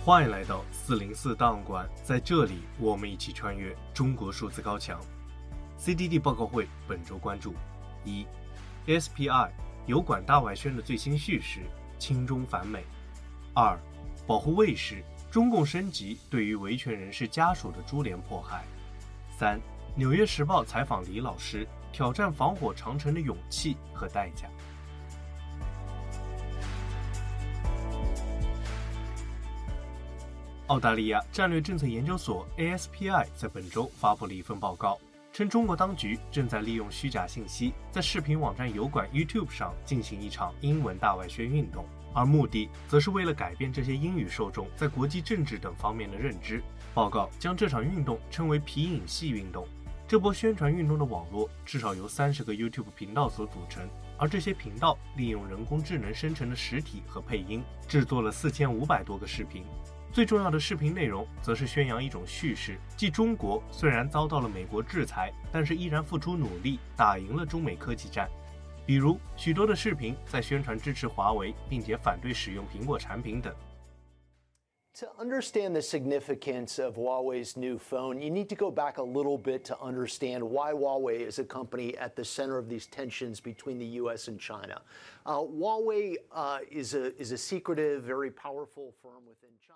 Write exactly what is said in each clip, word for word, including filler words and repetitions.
欢迎来到四零四档案馆，在这里我们一起穿越中国数字高墙。C D D 报告会本周关注：一、A S P I 油管大外宣的最新叙事，亲中反美；二、保护卫士，中共升级对于维权人士家属的株连迫害；三、纽约时报采访李老师，挑战防火长城的勇气和代价。澳大利亚战略政策研究所 A S P I 在本周发布了一份报告，称中国当局正在利用虚假信息，在视频网站油管 YouTube 上进行一场英文大外宣运动，而目的则是为了改变这些英语受众在国际政治等方面的认知。报告将这场运动称为皮影戏运动。这波宣传运动的网络至少由三十个 YouTube 频道所组成，而这些频道利用人工智能生成的实体和配音，制作了四千五百多个视频。最重要的视频内容则是宣扬一种叙事，即中国虽然遭到了美国制裁，但是依然付出努力打赢了中美科技战。比如许多的视频在宣传支持华为，并且反对使用苹果产品等。 To understand the significance of Huawei's new phone, you need to go back a little bit to understand why Huawei is a company at the center of these tensions between the U S and China. Uh, Huawei uh, is a is a secretive, very powerful firm within China.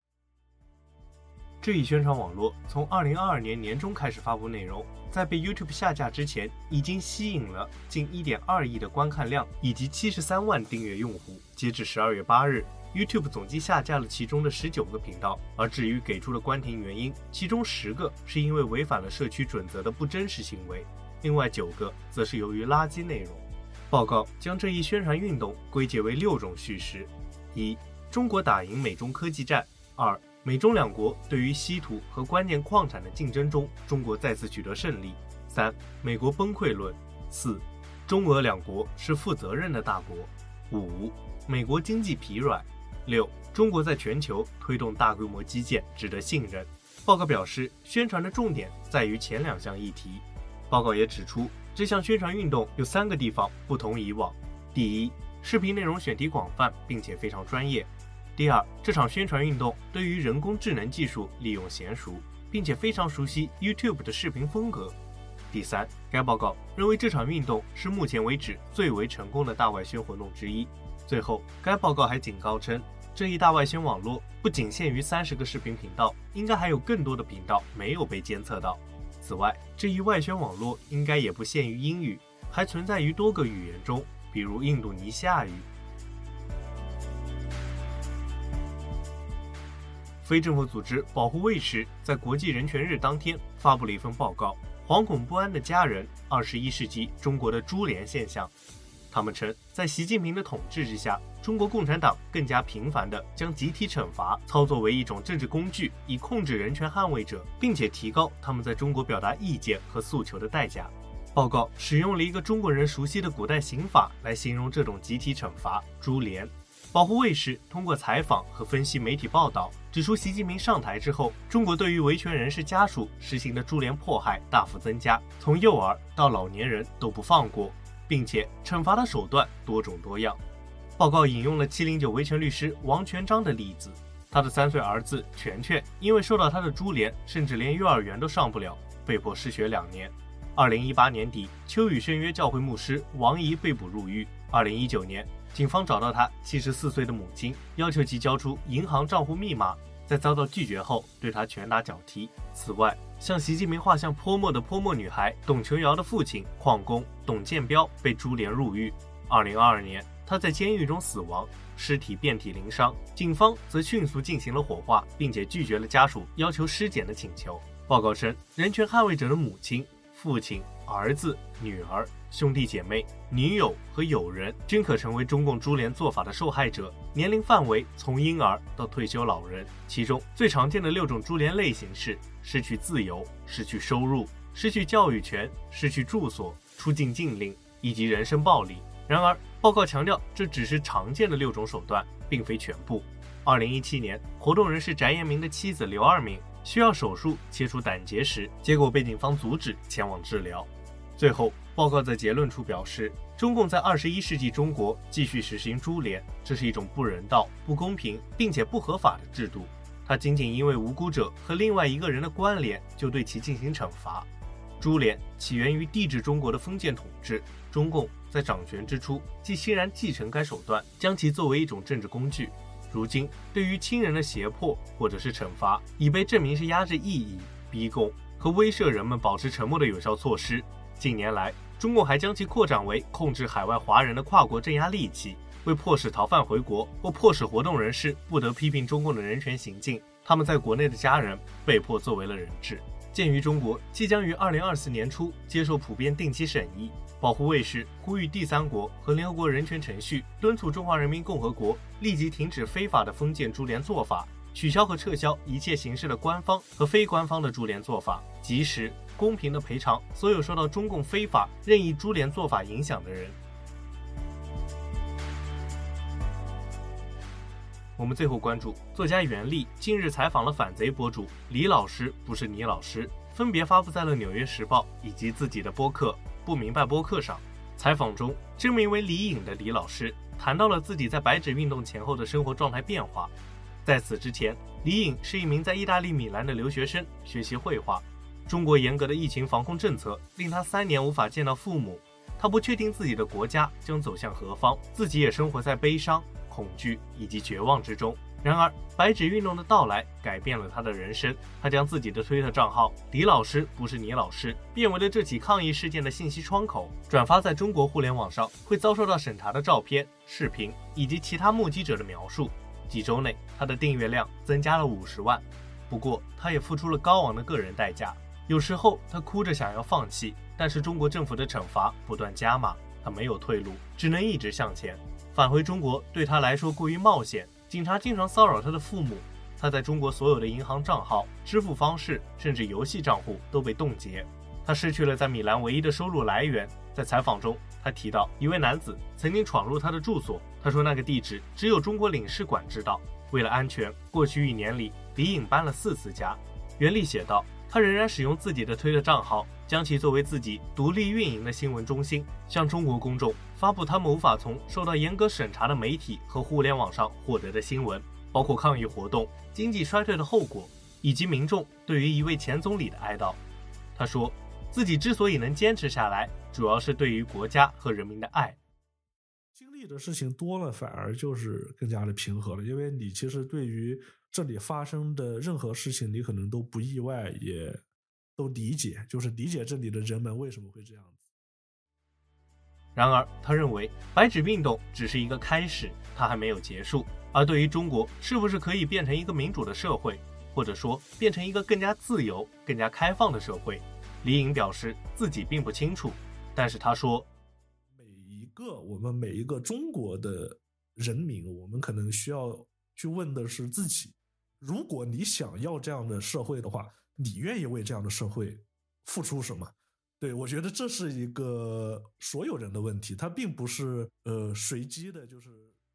这一宣传网络从二零二二年年中开始发布内容，在被 YouTube 下架之前，已经吸引了近 一点二亿的观看量以及七十三万订阅用户。截至十二月八日，YouTube 总计下架了其中的十九个频道，而至于给出的关停原因，其中十个是因为违反了社区准则的不真实行为，另外九个则是由于垃圾内容。报告将这一宣传运动归结为六种叙事：一、中国打赢美中科技战；二、美中两国对于稀土和关键矿产的竞争中，中国再次取得胜利；三、美国崩溃论；四、中俄两国是负责任的大国；五、美国经济疲软；六、中国在全球推动大规模基建，值得信任。报告表示，宣传的重点在于前两项议题。报告也指出，这项宣传运动有三个地方不同以往：第一，视频内容选题广泛并且非常专业；第二，这场宣传运动对于人工智能技术利用娴熟，并且非常熟悉 YouTube 的视频风格；第三，该报告认为这场运动是目前为止最为成功的大外宣活动之一。最后，该报告还警告称，这一大外宣网络不仅限于三十个视频频道，应该还有更多的频道没有被监测到。此外，这一外宣网络应该也不限于英语，还存在于多个语言中，比如印度尼西亚语。非政府组织保护卫士在国际人权日当天发布了一份报告，惶恐不安的家人：二十一世纪中国的株连现象。他们称，在习近平的统治之下，中国共产党更加频繁地将集体惩罚操作为一种政治工具，以控制人权捍卫者，并且提高他们在中国表达意见和诉求的代价。报告使用了一个中国人熟悉的古代刑法来形容这种集体惩罚——株连。保护卫士通过采访和分析媒体报道，指出习近平上台之后，中国对于维权人士家属实行的株连迫害大幅增加，从幼儿到老年人都不放过，并且惩罚的手段多种多样。报告引用了七零九维权律师王全章的例子，他的三岁儿子全全因为受到他的株连，甚至连幼儿园都上不了，被迫失学两年。二零一八年底，秋雨圣约教会牧师王怡被捕入狱。二零一九年，警方找到他七十四岁的母亲，要求其交出银行账户密码，在遭到拒绝后，对他拳打脚踢。此外，向习近平画像泼墨的泼墨女孩董琼瑶的父亲矿工董建彪被株连入狱。二零二二年，他在监狱中死亡，尸体遍体鳞伤。警方则迅速进行了火化，并且拒绝了家属要求尸检的请求。报告称，人权捍卫者的母亲、父亲、儿子、女儿、兄弟姐妹、女友和友人均可成为中共株连做法的受害者，年龄范围从婴儿到退休老人。其中最常见的六种株连类型是：失去自由、失去收入、失去教育权、失去住所、出境禁令以及人身暴力。然而，报告强调这只是常见的六种手段，并非全部。二零一七年，活动人士翟延明的妻子刘二敏需要手术切除胆结石，结果被警方阻止前往治疗。 最后，报告在结论处表示，中共在二十一世纪中国继续实行株连，这是一种不人道、不公平并且不合法的制度。它仅仅因为无辜者和另外一个人的关联就对其进行惩罚。株连起源于帝制中国的封建统治，中共在掌权之初即欣然继承该手段，将其作为一种政治工具。如今，对于亲人的胁迫或者是惩罚，已被证明是压制异议、逼供和威慑人们保持沉默的有效措施。近年来，中共还将其扩展为控制海外华人的跨国镇压利器，为迫使逃犯回国或迫使活动人士不得批评中共的人权行径，他们在国内的家人被迫作为了人质。鉴于中国即将于二零二四年初接受普遍定期审议，保护卫士呼吁第三国和联合国人权程序敦促中华人民共和国立即停止非法的封建株连做法，取消和撤销一切形式的官方和非官方的株连做法，及时公平地赔偿所有受到中共非法任意株连做法影响的人。我们最后关注作家袁立近日采访了反贼博主李老师不是你老师，分别发布在了《纽约时报》以及自己的播客不明白播客上。采访中，真名为李颖的李老师谈到了自己在白纸运动前后的生活状态变化。在此之前，李颖是一名在意大利米兰的留学生，学习绘画。中国严格的疫情防控政策令他三年无法见到父母，他不确定自己的国家将走向何方，自己也生活在悲伤、恐惧以及绝望之中。然而，白纸运动的到来改变了他的人生。他将自己的推特账号“李老师不是你老师”变为了这起抗议事件的信息窗口，转发在中国互联网上会遭受到审查的照片、视频以及其他目击者的描述。几周内，他的订阅量增加了五十万。不过，他也付出了高昂的个人代价。有时候，他哭着想要放弃，但是中国政府的惩罚不断加码，他没有退路，只能一直向前。返回中国对他来说过于冒险，警察经常骚扰他的父母，他在中国所有的银行账号、支付方式甚至游戏账户都被冻结，他失去了在米兰唯一的收入来源。在采访中，他提到一位男子曾经闯入他的住所，他说那个地址只有中国领事馆知道。为了安全，过去一年里李颖搬了四次家。袁立写道，他仍然使用自己的推特账号，将其作为自己独立运营的新闻中心，向中国公众发布他们无法从受到严格审查的媒体和互联网上获得的新闻，包括抗议活动、经济衰退的后果，以及民众对于一位前总理的哀悼。他说，自己之所以能坚持下来，主要是对于国家和人民的爱。 经历的事情多了，反而就是更加的平和了，因为你其实对于这里发生的任何事情，你可能都不意外，也都理解，就是理解这里的人们为什么会这样子。 然而，他认为白纸运动只是一个开始，它还没有结束。而对于中国是不是可以变成一个民主的社会，或者说变成一个更加自由、更加开放的社会，李颖表示自己并不清楚。但是他说， 每一个我们每一个中国的人民，我们可能需要去问的是自己，如果你想要这样的社会的话，你愿意为这样的社会付出什么？对，我觉得这是一个所有人的问题，它并不是呃随机的，就是。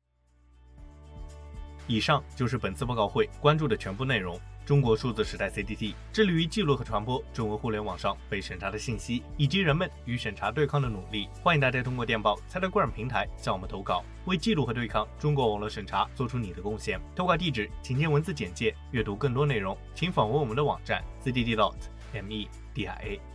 以上就是本次报告会关注的全部内容。中国数字时代 C D T 致力于记录和传播中文互联网上被审查的信息，以及人们与审查对抗的努力。欢迎大家通过电报、Telegram 平台向我们投稿，为记录和对抗中国网络审查做出你的贡献。投稿地址请见文字简介。阅读更多内容，请访问我们的网站 c d t dot media。